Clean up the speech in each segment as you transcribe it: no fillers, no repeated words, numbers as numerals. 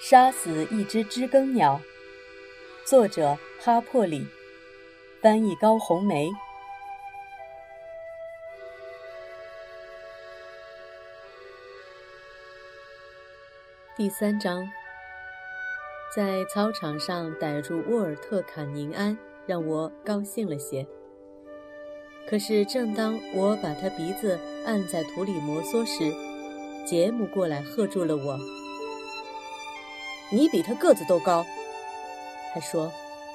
杀死一只知更鸟，作者哈珀里，翻译高红梅。第3章，在操场上逮住沃尔特·坎宁安，让我高兴了些。可是正当我把他鼻子按在土里摩挲时，杰姆过来喝住了我。你比他个子都高，他说。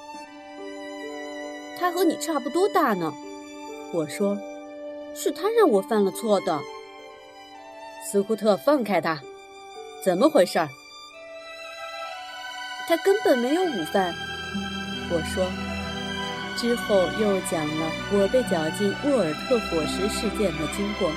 他和你差不多大呢， 我说。 是他让我犯了错的。 斯库特，放开他，怎么回事？ 他根本没有午饭， 我说。之后又讲了我被搅进沃尔特伙食事件的经过。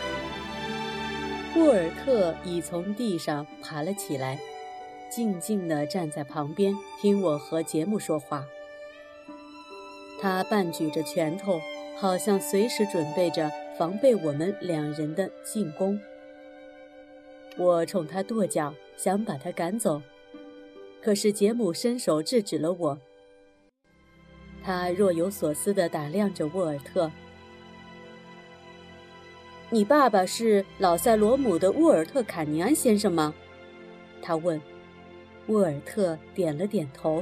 沃尔特已从地上爬了起来，静静地站在旁边听我和杰姆说话。他半举着拳头，好像随时准备着防备我们2人的进攻。我冲他跺脚，想把他赶走，可是杰姆伸手制止了我。他若有所思地打量着沃尔特。你爸爸是老塞罗姆的沃尔特·坎尼安先生吗？他问。沃尔特点了点头。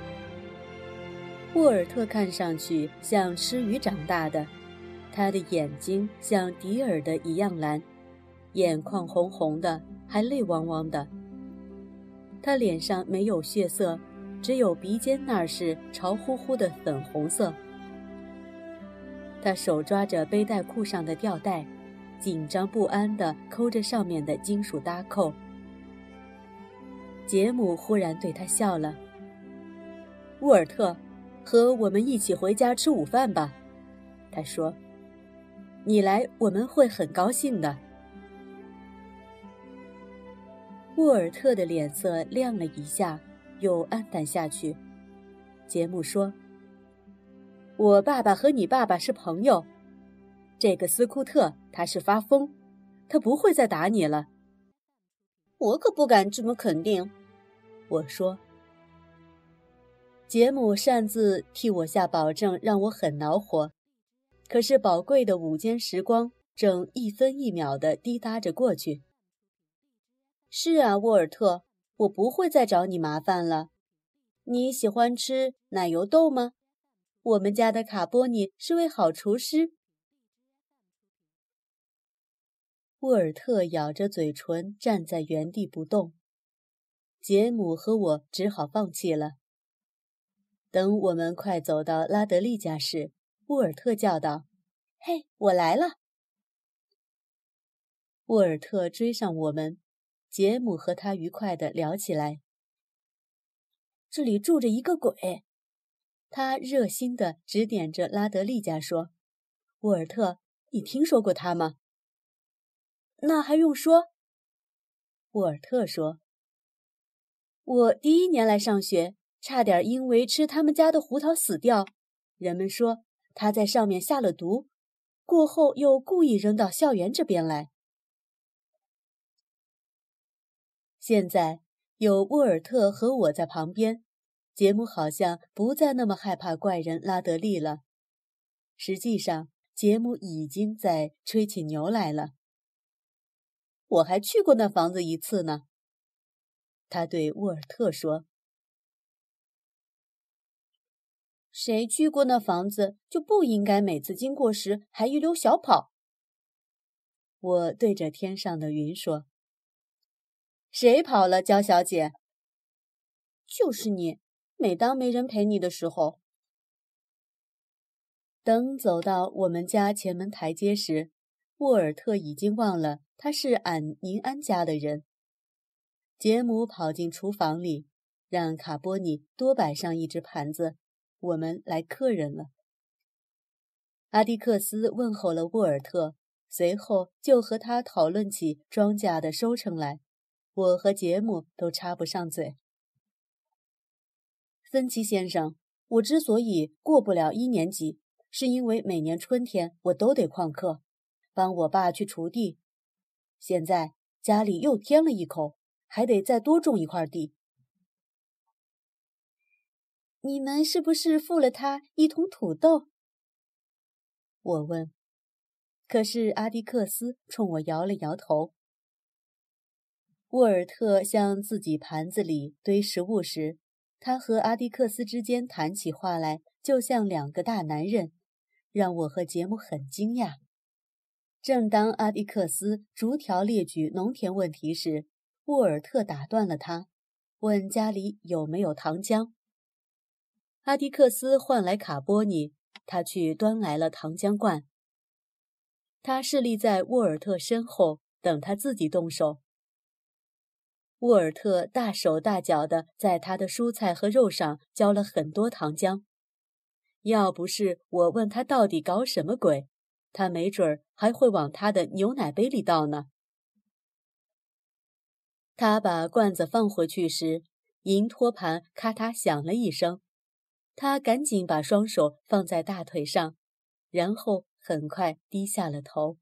沃尔特看上去像吃鱼长大的，他的眼睛像迪尔的一样蓝，眼眶红红的，还泪汪汪的。他脸上没有血色，只有鼻尖那儿是潮乎乎的粉红色。他手抓着背带裤上的吊带，紧张不安地抠着上面的金属搭扣。杰姆忽然对他笑了。沃尔特，和我们一起回家吃午饭吧，他说。你来，我们会很高兴的。沃尔特的脸色亮了一下，又黯淡下去。杰姆说，我爸爸和你爸爸是朋友。这个斯库特他是发疯，他不会再打你了。 我可不敢这么肯定， 我说。杰姆擅自替我下保证，让我很恼火。可是宝贵的午间时光正1分1秒地滴答着过去。是啊，沃尔特，我不会再找你麻烦了。你喜欢吃奶油豆吗？我们家的卡波尼是位好厨师。沃尔特咬着嘴唇站在原地不动。杰姆和我只好放弃了。等我们快走到拉德利家时，沃尔特叫道，嘿，我来了。沃尔特追上我们，杰姆和他愉快地聊起来。这里住着一个鬼，他热心地指点着拉德利家说。沃尔特，你听说过他吗？那还用说？沃尔特说。我第1年来上学，差点因为吃他们家的胡桃死掉。人们说他在上面下了毒，过后又故意扔到校园这边来。现在有沃尔特和我在旁边，杰姆好像不再那么害怕怪人拉德利了。实际上，杰姆已经在吹起牛来了。我还去过那房子1次呢，他对沃尔特说。谁去过那房子，就不应该每次经过时还一溜小跑。我对着天上的云说。谁跑了，娇小姐？就是你，每当没人陪你的时候。等走到我们家前门台阶时，沃尔特已经忘了他是俺宁安家的人。杰姆跑进厨房里，让卡波尼多摆上1只盘子，我们来客人了。阿迪克斯问候了沃尔特，随后就和他讨论起庄稼的收成来。我和杰姆都插不上嘴。芬奇先生，我之所以过不了1年级，是因为每年春天我都得旷课，帮我爸去锄地。现在家里又添了1口，还得再多种1块地， 你们是不是付了他1桶土豆？我问。可是阿迪克斯冲我摇了摇头。沃尔特向自己盘子里堆食物时，他和阿迪克斯之间谈起话来，就像2个大男人，让我和杰姆很惊讶。正当阿迪克斯逐条列举农田问题时，沃尔特打断了他，问家里有没有糖浆。阿迪克斯唤来卡波尼，他去端来了糖浆罐。他侍立在沃尔特身后，等他自己动手。沃尔特大手大脚地在他的蔬菜和肉上浇了很多糖浆。要不是我问他到底搞什么鬼，他没准儿还会往他的牛奶杯里倒呢。他把罐子放回去时，银托盘咔嗒响了一声。他赶紧把双手放在大腿上，然后很快低下了头。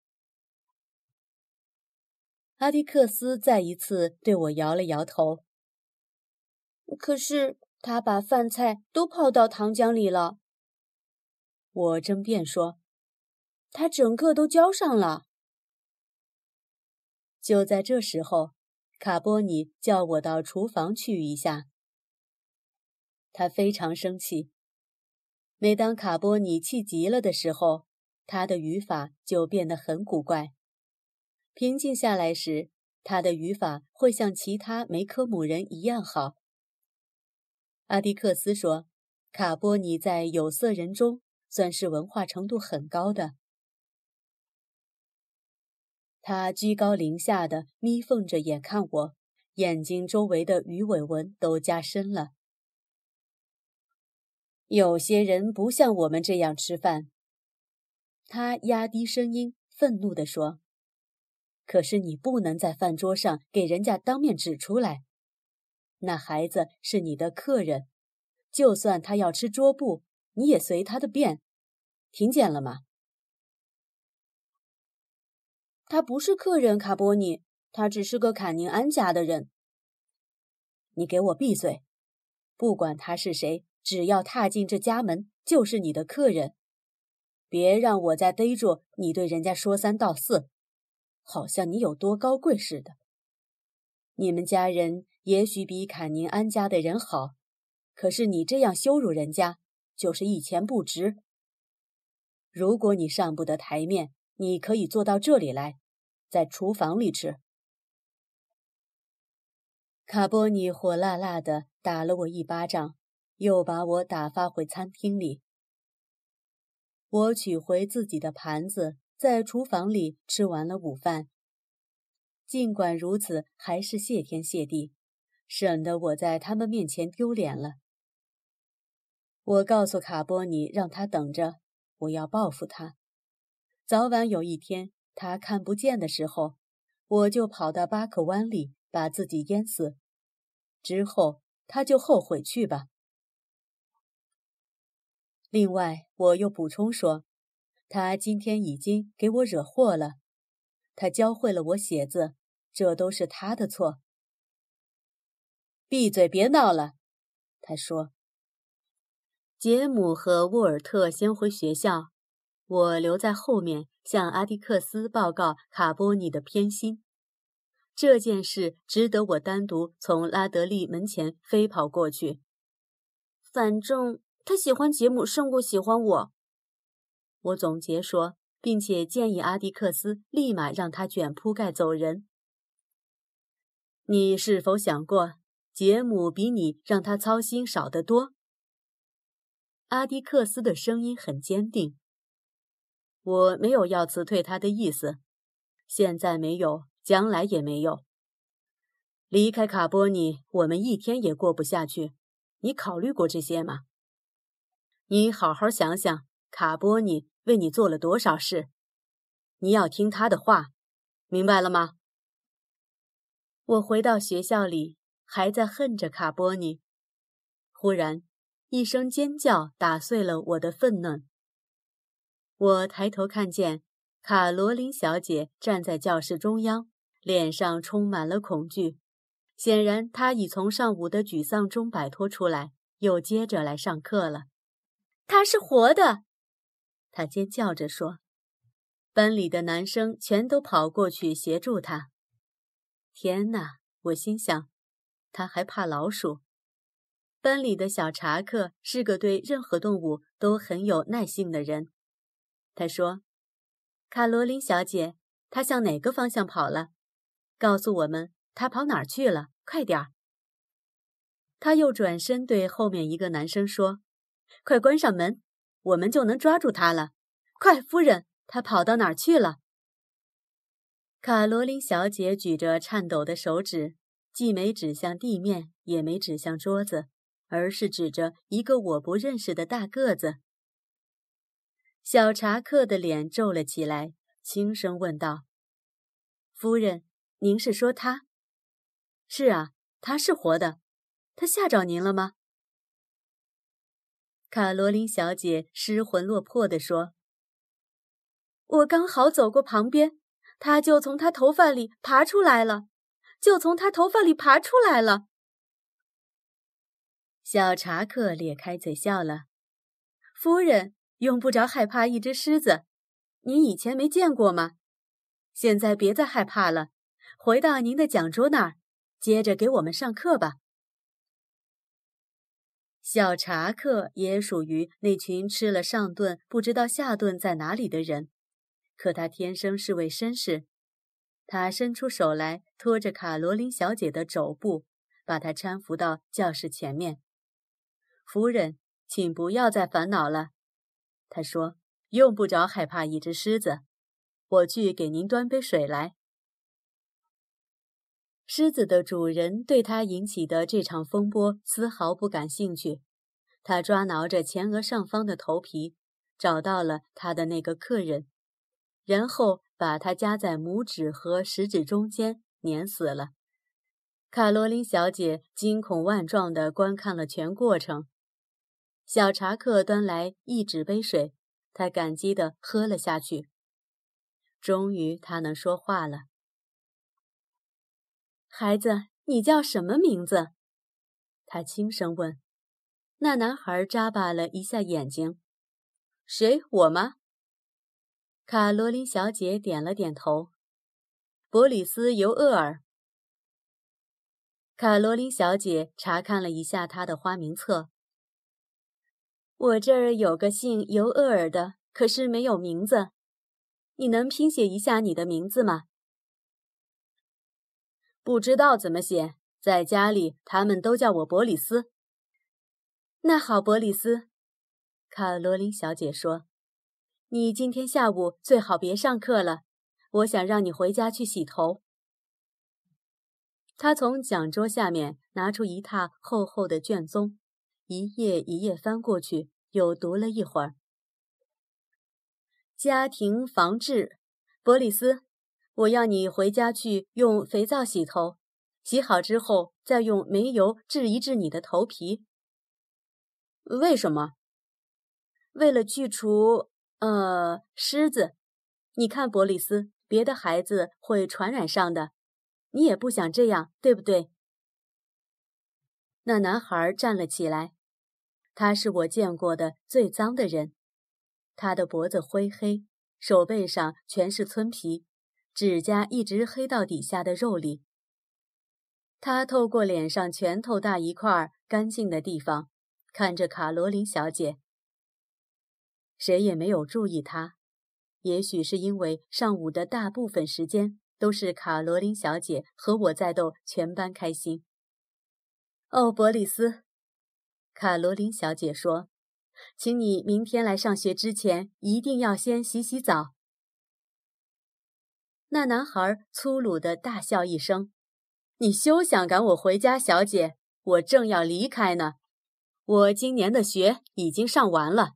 阿迪克斯再一次对我摇了摇头。 可是他把饭菜都泡到糖浆里了。 我争辩说， 他整个都浇上了。 就在这时候，卡波尼叫我到厨房去一下。他非常生气。每当卡波尼气急了的时候，他的语法就变得很古怪。平静下来时，他的语法会像其他梅科姆人一样好。阿迪克斯说，卡波尼在有色人中算是文化程度很高的。他居高临下地眯缝着眼看我，眼睛周围的鱼尾纹都加深了。有些人不像我们这样吃饭。他压低声音，愤怒地说。可是你不能在饭桌上给人家当面指出来。那孩子是你的客人，就算他要吃桌布，你也随他的便。听见了吗？ 他不是客人，卡波尼，他只是个坎宁安家的人。 你给我闭嘴！不管他是谁，只要踏进这家门，就是你的客人。别让我再逮住你对人家说3道4，好像你有多高贵似的。你们家人也许比坎宁安家的人好，可是你这样羞辱人家，就是一钱不值。如果你上不得台面，你可以坐到这里来，在厨房里吃。卡波尼火辣辣地打了我一巴掌，又把我打发回餐厅里。我取回自己的盘子，在厨房里吃完了午饭。尽管如此，还是谢天谢地，省得我在他们面前丢脸了。我告诉卡波尼让他等着，我要报复他。早晚有一天他看不见的时候，我就跑到巴克湾里把自己淹死。之后他就后悔去吧。另外，我又补充说，他今天已经给我惹祸了。他教会了我写字，这都是他的错。闭嘴，别闹了，他说。杰姆和沃尔特先回学校，我留在后面向阿迪克斯报告卡波尼的偏心。这件事值得我单独从拉德利门前飞跑过去。 反正他喜欢杰姆胜过喜欢我， 我总结说，并且建议阿迪克斯立马让他卷铺盖走人。你是否想过，杰姆比你让他操心少得多？阿迪克斯的声音很坚定。我没有要辞退他的意思，现在没有，将来也没有。离开卡波尼，我们一天也过不下去。你考虑过这些吗？你好好想想，卡波尼为你做了多少事，你要听他的话，明白了吗？我回到学校里，还在恨着卡波尼。忽然，一声尖叫打碎了我的愤怒。我抬头看见卡罗琳小姐站在教室中央，脸上充满了恐惧。显然她已从上午的沮丧中摆脱出来， 又接着来上课了。 他是活的！ 他尖叫着说。班里的男生全都跑过去协助他。天哪，我心想，他还怕老鼠。班里的小查克是个对任何动物都很有耐性的人。他说：“卡罗琳小姐，她向哪个方向跑了？告诉我们，她跑哪儿去了？快点儿！”他又转身对后面一个男生说：“快关上门，我们就能抓住他了。快，夫人，他跑到哪儿去了？”卡罗琳小姐举着颤抖的手指，既没指向地面，也没指向桌子，而是指着一个我不认识的大个子。小查克的脸皱了起来，轻声问道：“夫人，您是说他？”“是啊，他是活的。他吓着您了吗？”卡罗琳小姐失魂落魄地说：“我刚好走过旁边，他就从他头发里爬出来了，小查克咧开嘴笑了：“夫人，用不着害怕一只狮子，您以前没见过吗？现在别再害怕了，回到您的讲桌那儿，接着给我们上课吧。”小查克也属于那群吃了上顿不知道下顿在哪里的人，可他天生是位绅士。他伸出手来，拖着卡罗琳小姐的肘部，把她搀扶到教室前面。“夫人，请不要再烦恼了。”他说，“用不着害怕一只狮子，我去给您端杯水来。”狮子的主人对他引起的这场风波丝毫不感兴趣。他抓挠着前额上方的头皮，找到了他的那个客人，然后把他夹在拇指和食指中间碾死了。卡罗琳小姐惊恐万状地观看了全过程。小查克端来一纸杯水，他感激地喝了下去。终于他能说话了。“孩子，你叫什么名字？”他轻声问。那男孩眨巴了一下眼睛。“谁，我吗？”卡罗琳小姐点了点头。“伯里斯·尤厄尔。”卡罗琳小姐查看了一下他的花名册。“我这儿有个姓尤厄尔的，可是没有名字。你能拼写一下你的名字吗？”“不知道怎么写，在家里他们都叫我伯里斯。”“那好，伯里斯。”卡罗琳小姐说，“你今天下午最好别上课了，我想让你回家去洗头。”她从讲桌下面拿出一沓厚厚的卷宗，一页一页翻过去，又读了一会儿。“家庭防治，伯里斯，我要你回家去用肥皂洗头，洗好之后再用煤油治一治你的头皮。”“为什么？”“为了去除虱子。你看，伯里斯，别的孩子会传染上的，你也不想这样，对不对？”那男孩站了起来。他是我见过的最脏的人。他的脖子灰黑，手背上全是皴皮，指甲一直黑到底下的肉里。他透过脸上拳头大一块干净的地方，看着卡罗琳小姐。谁也没有注意他，也许是因为上午的大部分时间都是卡罗琳小姐和我在逗全班开心。“哦，伯里斯。”卡罗琳小姐说，“请你明天来上学之前一定要先洗洗澡。”那男孩粗鲁地大笑一声：“你休想赶我回家，小姐，我正要离开呢。我今年的学已经上完了。”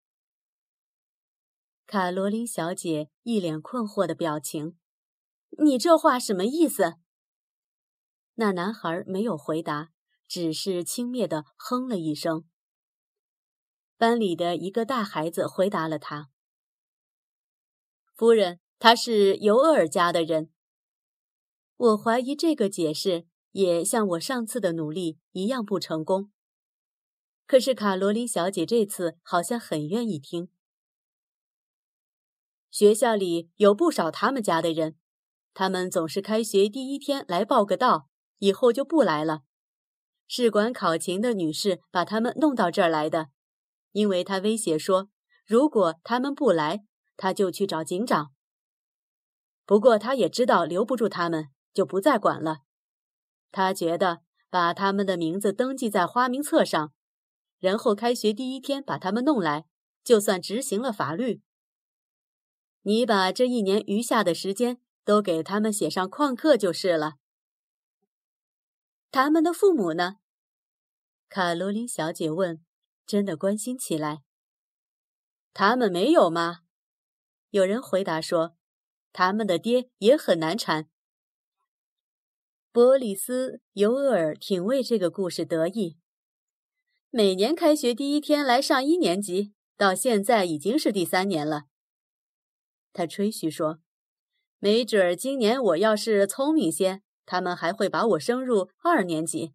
卡罗琳小姐一脸困惑的表情。“你这话什么意思？”那男孩没有回答，只是轻蔑地哼了一声。班里的一个大孩子回答了他：“夫人，他是尤厄尔家的人。”我怀疑这个解释也像我上次的努力一样不成功。 可是卡罗琳小姐这次好像很愿意听。学校里有不少他们家的人，他们总是开学第一天来报个到，以后就不来了。是管考勤的女士把他们弄到这儿来的，因为她威胁说，如果他们不来，她就去找警长。不过她也知道留不住他们，就不再管了。她觉得把他们的名字登记在花名册上，然后开学第一天把他们弄来，就算执行了法律。你把这一年余下的时间都给他们写上旷课就是了。他们的父母呢？卡罗琳小姐问，真的关心起来。他们没有吗？有人回答说，他们的爹也很难缠。波里斯·尤厄尔挺为这个故事得意。每年开学第一天来上1年级，到现在已经是第3年了。他吹嘘说，没准儿今年我要是聪明些，他们还会把我升入2年级。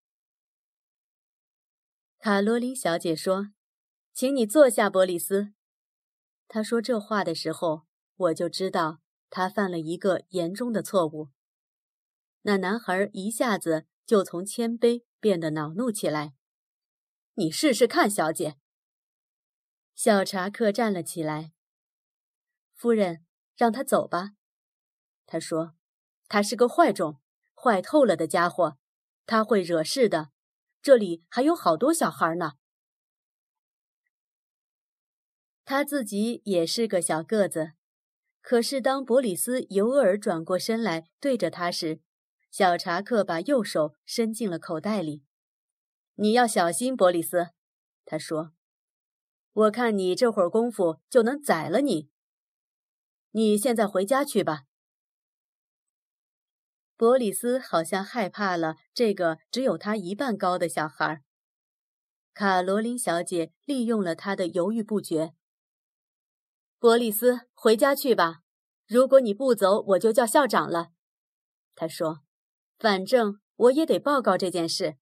卡罗琳小姐说，请你坐下，波里斯。她说这话的时候，我就知道她犯了一个严重的错误。那男孩一下子就从谦卑变得恼怒起来。你试试看，小姐。小查克站了起来。夫人，让他走吧。他说，他是个坏种，坏透了的家伙，他会惹事的。这里还有好多小孩呢。他自己也是个小个子，可是当博里斯·尤厄尔转过身来对着他时，小查克把右手伸进了口袋里。你要小心，博里斯，他说，我看你这会儿功夫就能宰了你。你现在回家去吧。博里斯好像害怕了这个只有他1半高的小孩。卡罗琳小姐利用了他的犹豫不决。博里斯，回家去吧。如果你不走，我就叫校长了。他说，反正我也得报告这件事。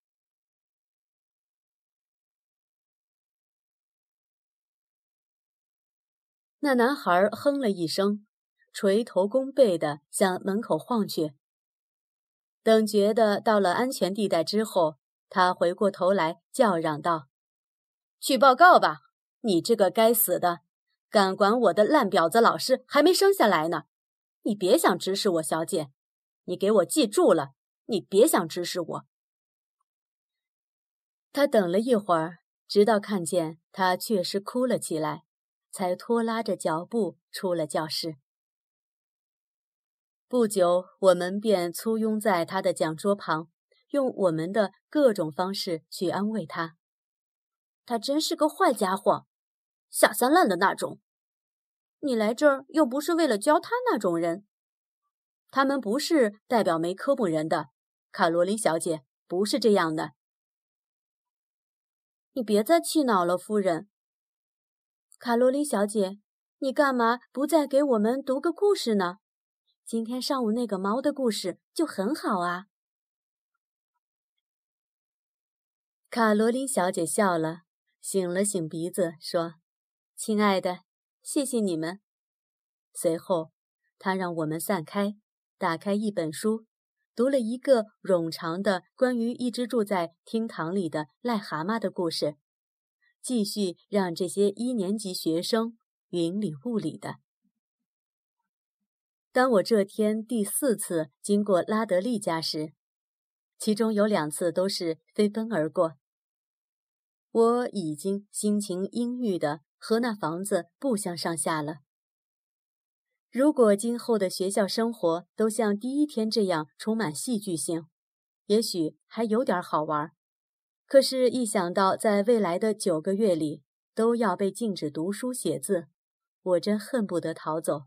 那男孩哼了一声，垂头弓背地向门口晃去。等觉得到了安全地带之后，他回过头来叫嚷道，去报告吧，你这个该死的，敢管我的烂婊子老师还没生下来呢。你别想指使我，小姐，你给我记住了，你别想指使我。他等了一会儿，直到看见他确实哭了起来，才拖拉着脚步出了教室。不久，我们便簇拥在他的讲桌旁，用我们的各种方式去安慰他。他真是个坏家伙，下三滥的那种。你来这儿又不是为了教他那种人。他们不是代表梅科姆人的，卡罗琳小姐，不是这样的。你别再气恼了，夫人。卡罗琳小姐，你干嘛不再给我们读个故事呢？今天上午那个猫的故事就很好啊。卡罗琳小姐笑了，擤了擤鼻子，说：“亲爱的，谢谢你们。”随后，她让我们散开，打开一本书，读了一个冗长的关于一只住在厅堂里的癞蛤蟆的故事，继续让这些1年级学生云里雾里的。当我这天第4次经过拉德利家时，其中有2次都是飞奔而过。我已经心情阴郁地和那房子不相上下了。如果今后的学校生活都像第1天这样充满戏剧性，也许还有点好玩。可是，一想到在未来的9个月里都要被禁止读书写字，我真恨不得逃走。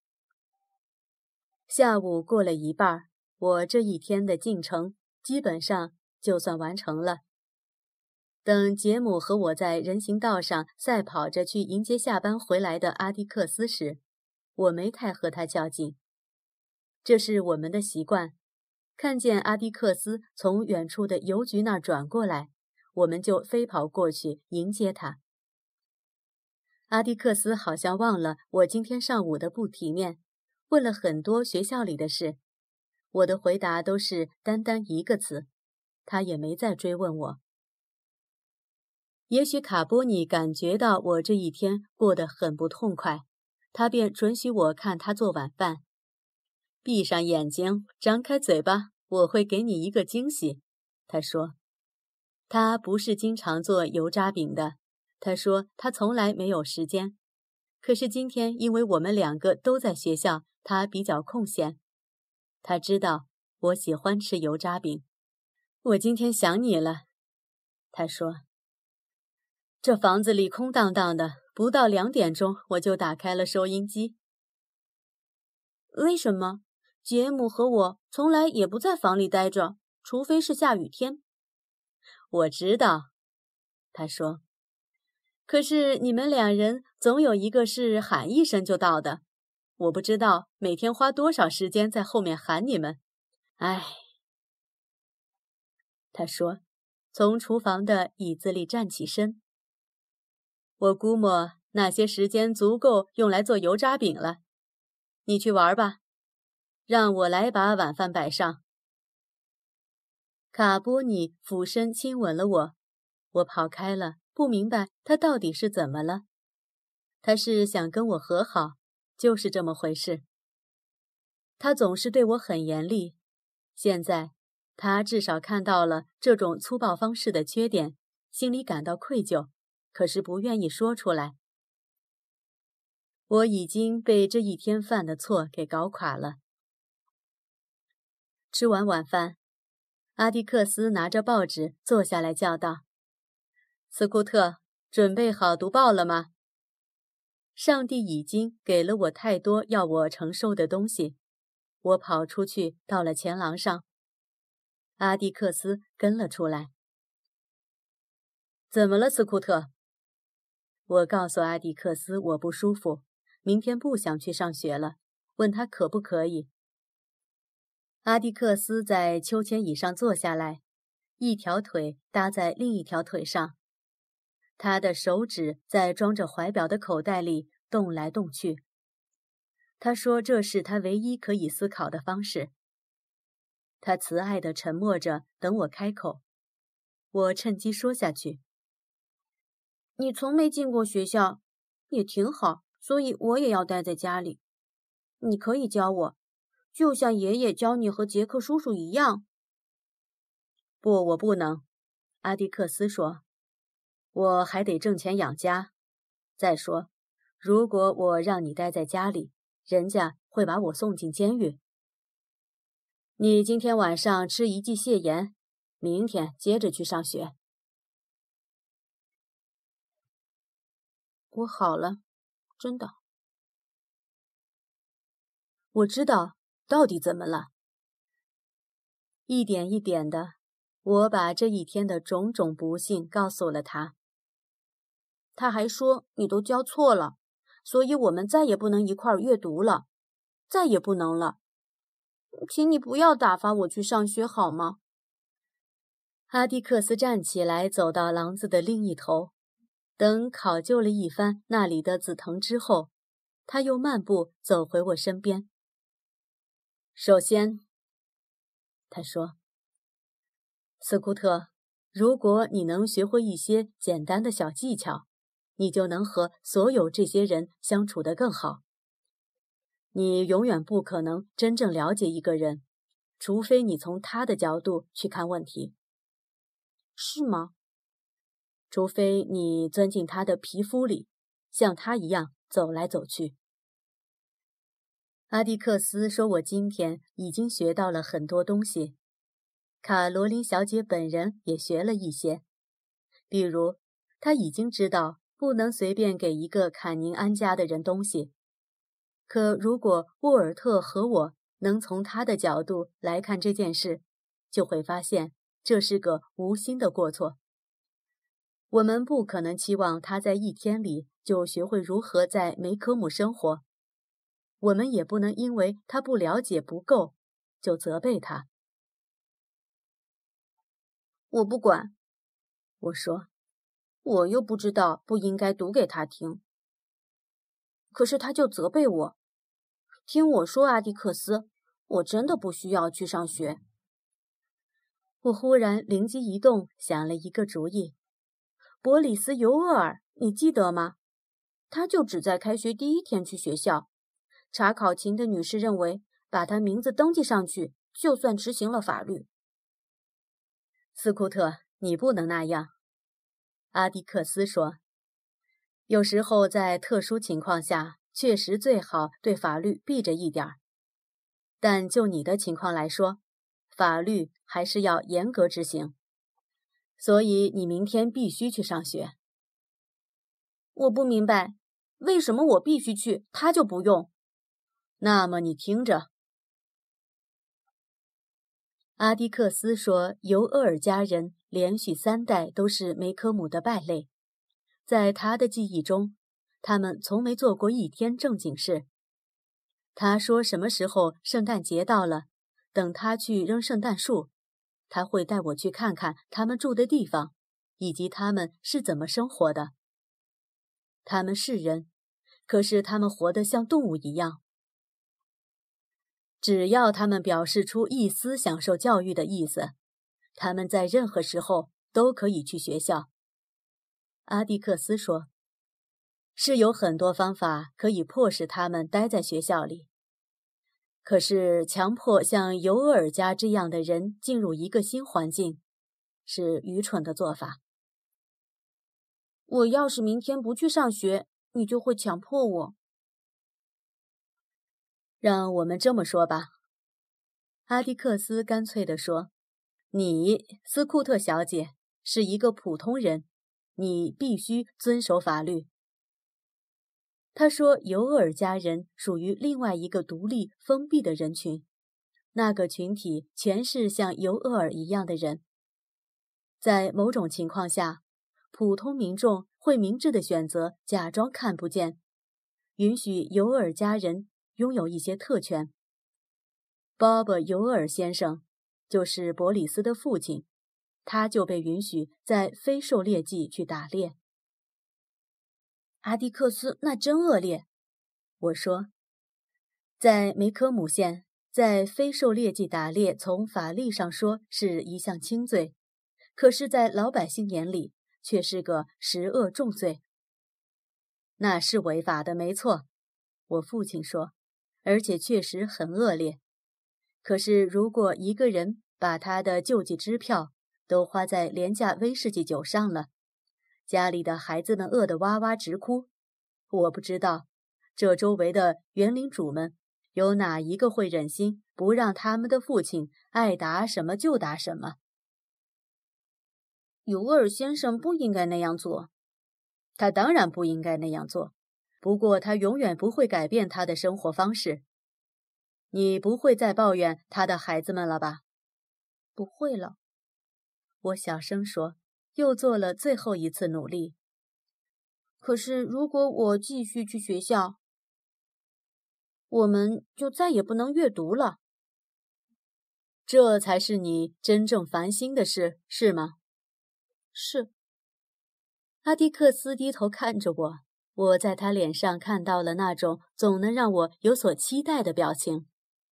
下午过了一半，我这一天的进程基本上就算完成了。等杰姆和我在人行道上赛跑着去迎接下班回来的阿迪克斯时，我没太和他较劲。这是我们的习惯，看见阿迪克斯从远处的邮局那儿转过来， 我们就飞跑过去迎接他。阿迪克斯好像忘了我今天上午的不体面，问了很多学校里的事，我的回答都是单单一个词，他也没再追问我。也许卡波尼感觉到我这一天过得很不痛快，他便准许我看他做晚饭。闭上眼睛，张开嘴巴，我会给你一个惊喜，他说。他不是经常做油炸饼的，他说他从来没有时间。可是今天因为我们两个都在学校，他比较空闲。他知道我喜欢吃油炸饼。我今天想你了，他说。这房子里空荡荡的，不到2点钟我就打开了收音机。 为什么？杰姆和我从来也不在房里待着，除非是下雨天。 我知道，他说。可是你们2人总有一个是喊一声就到的，我不知道每天花多少时间在后面喊你们。唉，他说，从厨房的椅子里站起身。我估摸那些时间足够用来做油炸饼了。你去玩吧，让我来把晚饭摆上。卡波尼俯身亲吻了我，我跑开了，不明白他到底是怎么了。他是想跟我和好，就是这么回事。他总是对我很严厉，现在他至少看到了这种粗暴方式的缺点，心里感到愧疚，可是不愿意说出来。我已经被这一天犯的错给搞垮了。吃完晚饭，阿迪克斯拿着报纸坐下来叫道：“斯库特，准备好读报了吗？”上帝已经给了我太多要我承受的东西。我跑出去，到了前廊上。阿迪克斯跟了出来。怎么了，斯库特？我告诉阿迪克斯我不舒服，明天不想去上学了，问他可不可以。阿迪克斯在秋千椅上坐下来，一条腿搭在另一条腿上，他的手指在装着怀表的口袋里动来动去。他说这是他唯一可以思考的方式。他慈爱地沉默着，等我开口。我趁机说下去：“ 你从没进过学校，也挺好，所以我也要待在家里。你可以教我，就像爷爷教你和杰克叔叔一样。” 不，我不能，阿迪克斯说。我还得挣钱养家。再说，如果我让你待在家里，人家会把我送进监狱。你今天晚上吃一剂泻盐，明天接着去上学。 我好了，真的。 我知道到底怎么了。一点一点的，我把这一天的种种不幸告诉了他。 他还说你都教错了，所以我们再也不能一块儿阅读了，再也不能了。请你不要打发我去上学好吗？ 阿迪克斯站起来，走到廊子的另一头。等考究了一番那里的紫藤之后，他又漫步走回我身边。首先，他说：“斯库特，如果你能学会一些简单的小技巧，你就能和所有这些人相处得更好。你永远不可能真正了解一个人，除非你从他的角度去看问题。” 是吗？ 除非你钻进他的皮肤里，像他一样走来走去。阿迪克斯说我今天已经学到了很多东西，卡罗琳小姐本人也学了一些。比如，她已经知道不能随便给一个坎宁安家的人东西。可如果沃尔特和我能从他的角度来看这件事，就会发现这是个无心的过错。我们不可能期望他在一天里就学会如何在梅科姆生活。我们也不能因为他不了解不够，就责备他。 我不管。 我说， 我又不知道不应该读给他听。可是他就责备我。听我说，阿迪克斯，我真的不需要去上学。 我忽然灵机一动，想了一个主意。 伯里斯·尤厄尔，你记得吗？他就只在开学第一天去学校。查考勤的女士认为，把他名字登记上去，就算执行了法律。 斯库特，你不能那样。阿迪克斯说，有时候在特殊情况下，确实最好对法律避着一点儿。但就你的情况来说，法律还是要严格执行。所以你明天必须去上学。 我不明白，为什么我必须去，他就不用？ 那么你听着。阿迪克斯说，尤厄尔家人连续3代都是梅科姆的败类，在他的记忆中，他们从没做过一天正经事。他说什么时候圣诞节到了，等他去扔圣诞树，他会带我去看看他们住的地方，以及他们是怎么生活的。他们是人，可是他们活得像动物一样。只要他们表示出一丝享受教育的意思，他们在任何时候都可以去学校。阿迪克斯说，是有很多方法可以迫使他们待在学校里。可是强迫像尤厄尔家这样的人进入一个新环境，是愚蠢的做法。 我要是明天不去上学，你就会强迫我。 让我们这么说吧，阿迪克斯干脆地说，你，斯库特小姐，是一个普通人，你必须遵守法律。他说，尤厄尔家人属于另外一个独立封闭的人群，那个群体全是像尤厄尔一样的人。在某种情况下，普通民众会明智地选择假装看不见，允许尤厄尔家人拥有一些特权。鲍勃·尤厄尔先生就是伯里斯的父亲，他就被允许在非狩猎季去打猎。 阿迪克斯，那真恶劣。 我说，在梅科姆县，在非狩猎季打猎，从法律上说是一项轻罪，可是在老百姓眼里却是个十恶重罪。那是违法的，没错，我父亲说，而且确实很恶劣。可是如果一个人把他的救济支票都花在廉价威士忌酒上了，家里的孩子们饿得哇哇直哭，我不知道这周围的园领主们有哪一个会忍心不让他们的父亲爱打什么就打什么。 尤厄尔先生不应该那样做。 他当然不应该那样做，不过他永远不会改变他的生活方式。你不会再抱怨他的孩子们了吧？ 不会了， 我小声说，又做了最后一次努力。 可是如果我继续去学校，我们就再也不能阅读了。 这才是你真正烦心的事，是吗？ 是。 阿迪克斯低头看着我，我在他脸上看到了那种总能让我有所期待的表情。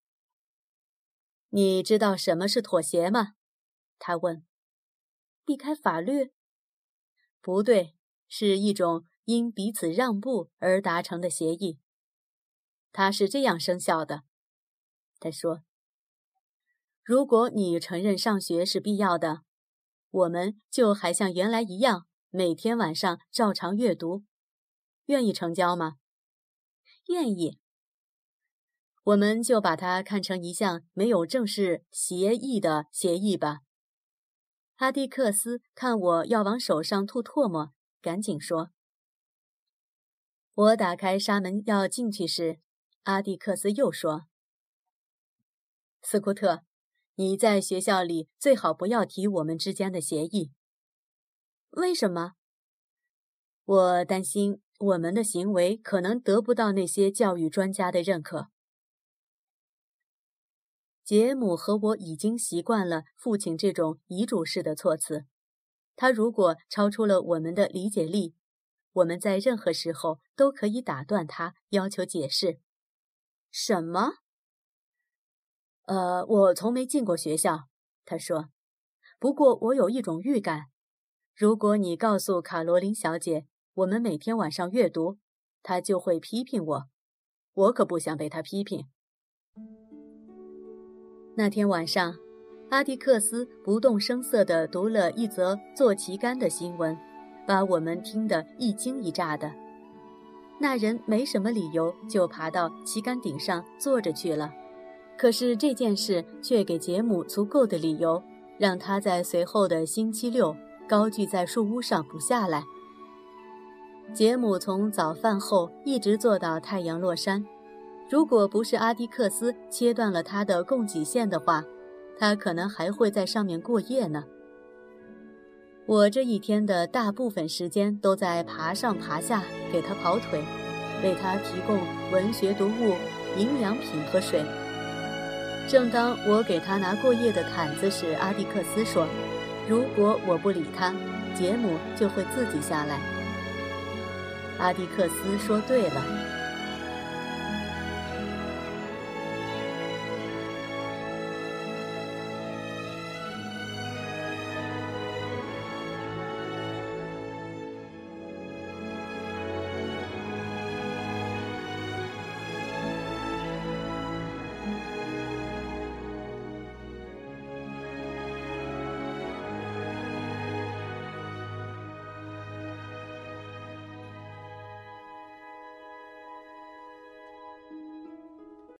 你知道什么是妥协吗？他问。 避开法律？ 不对，是一种因彼此让步而达成的协议。它是这样生效的。他说，如果你承认上学是必要的，我们就还像原来一样，每天晚上照常阅读。愿意成交吗？ 愿意。 我们就把它看成一项没有正式协议的协议吧。阿迪克斯看我要往手上吐唾沫，赶紧说。我打开纱门要进去时，阿迪克斯又说，斯库特，你在学校里最好不要提我们之间的协议。 为什么？ 我担心我们的行为可能得不到那些教育专家的认可。杰姆和我已经习惯了父亲这种遗嘱式的措辞， 它如果超出了我们的理解力，我们在任何时候都可以打断它，要求解释。 什么？ 我从没进过学校，他说。不过我有一种预感，如果你告诉卡罗琳小姐我们每天晚上阅读，她就会批评我。我可不想被她批评。那天晚上，阿迪克斯不动声色地读了一则做旗杆的新闻，把我们听得一惊一乍的。那人没什么理由就爬到旗杆顶上坐着去了，可是这件事却给杰姆足够的理由，让他在随后的星期六高踞在树屋上不下来。杰姆从早饭后一直坐到太阳落山，如果不是阿迪克斯切断了他的供给线的话，他可能还会在上面过夜呢。我这一天的大部分时间都在爬上爬下给他跑腿，为他提供文学读物、营养品和水。正当我给他拿过夜的毯子时，阿迪克斯说，如果我不理他，杰姆就会自己下来。阿迪克斯说对了，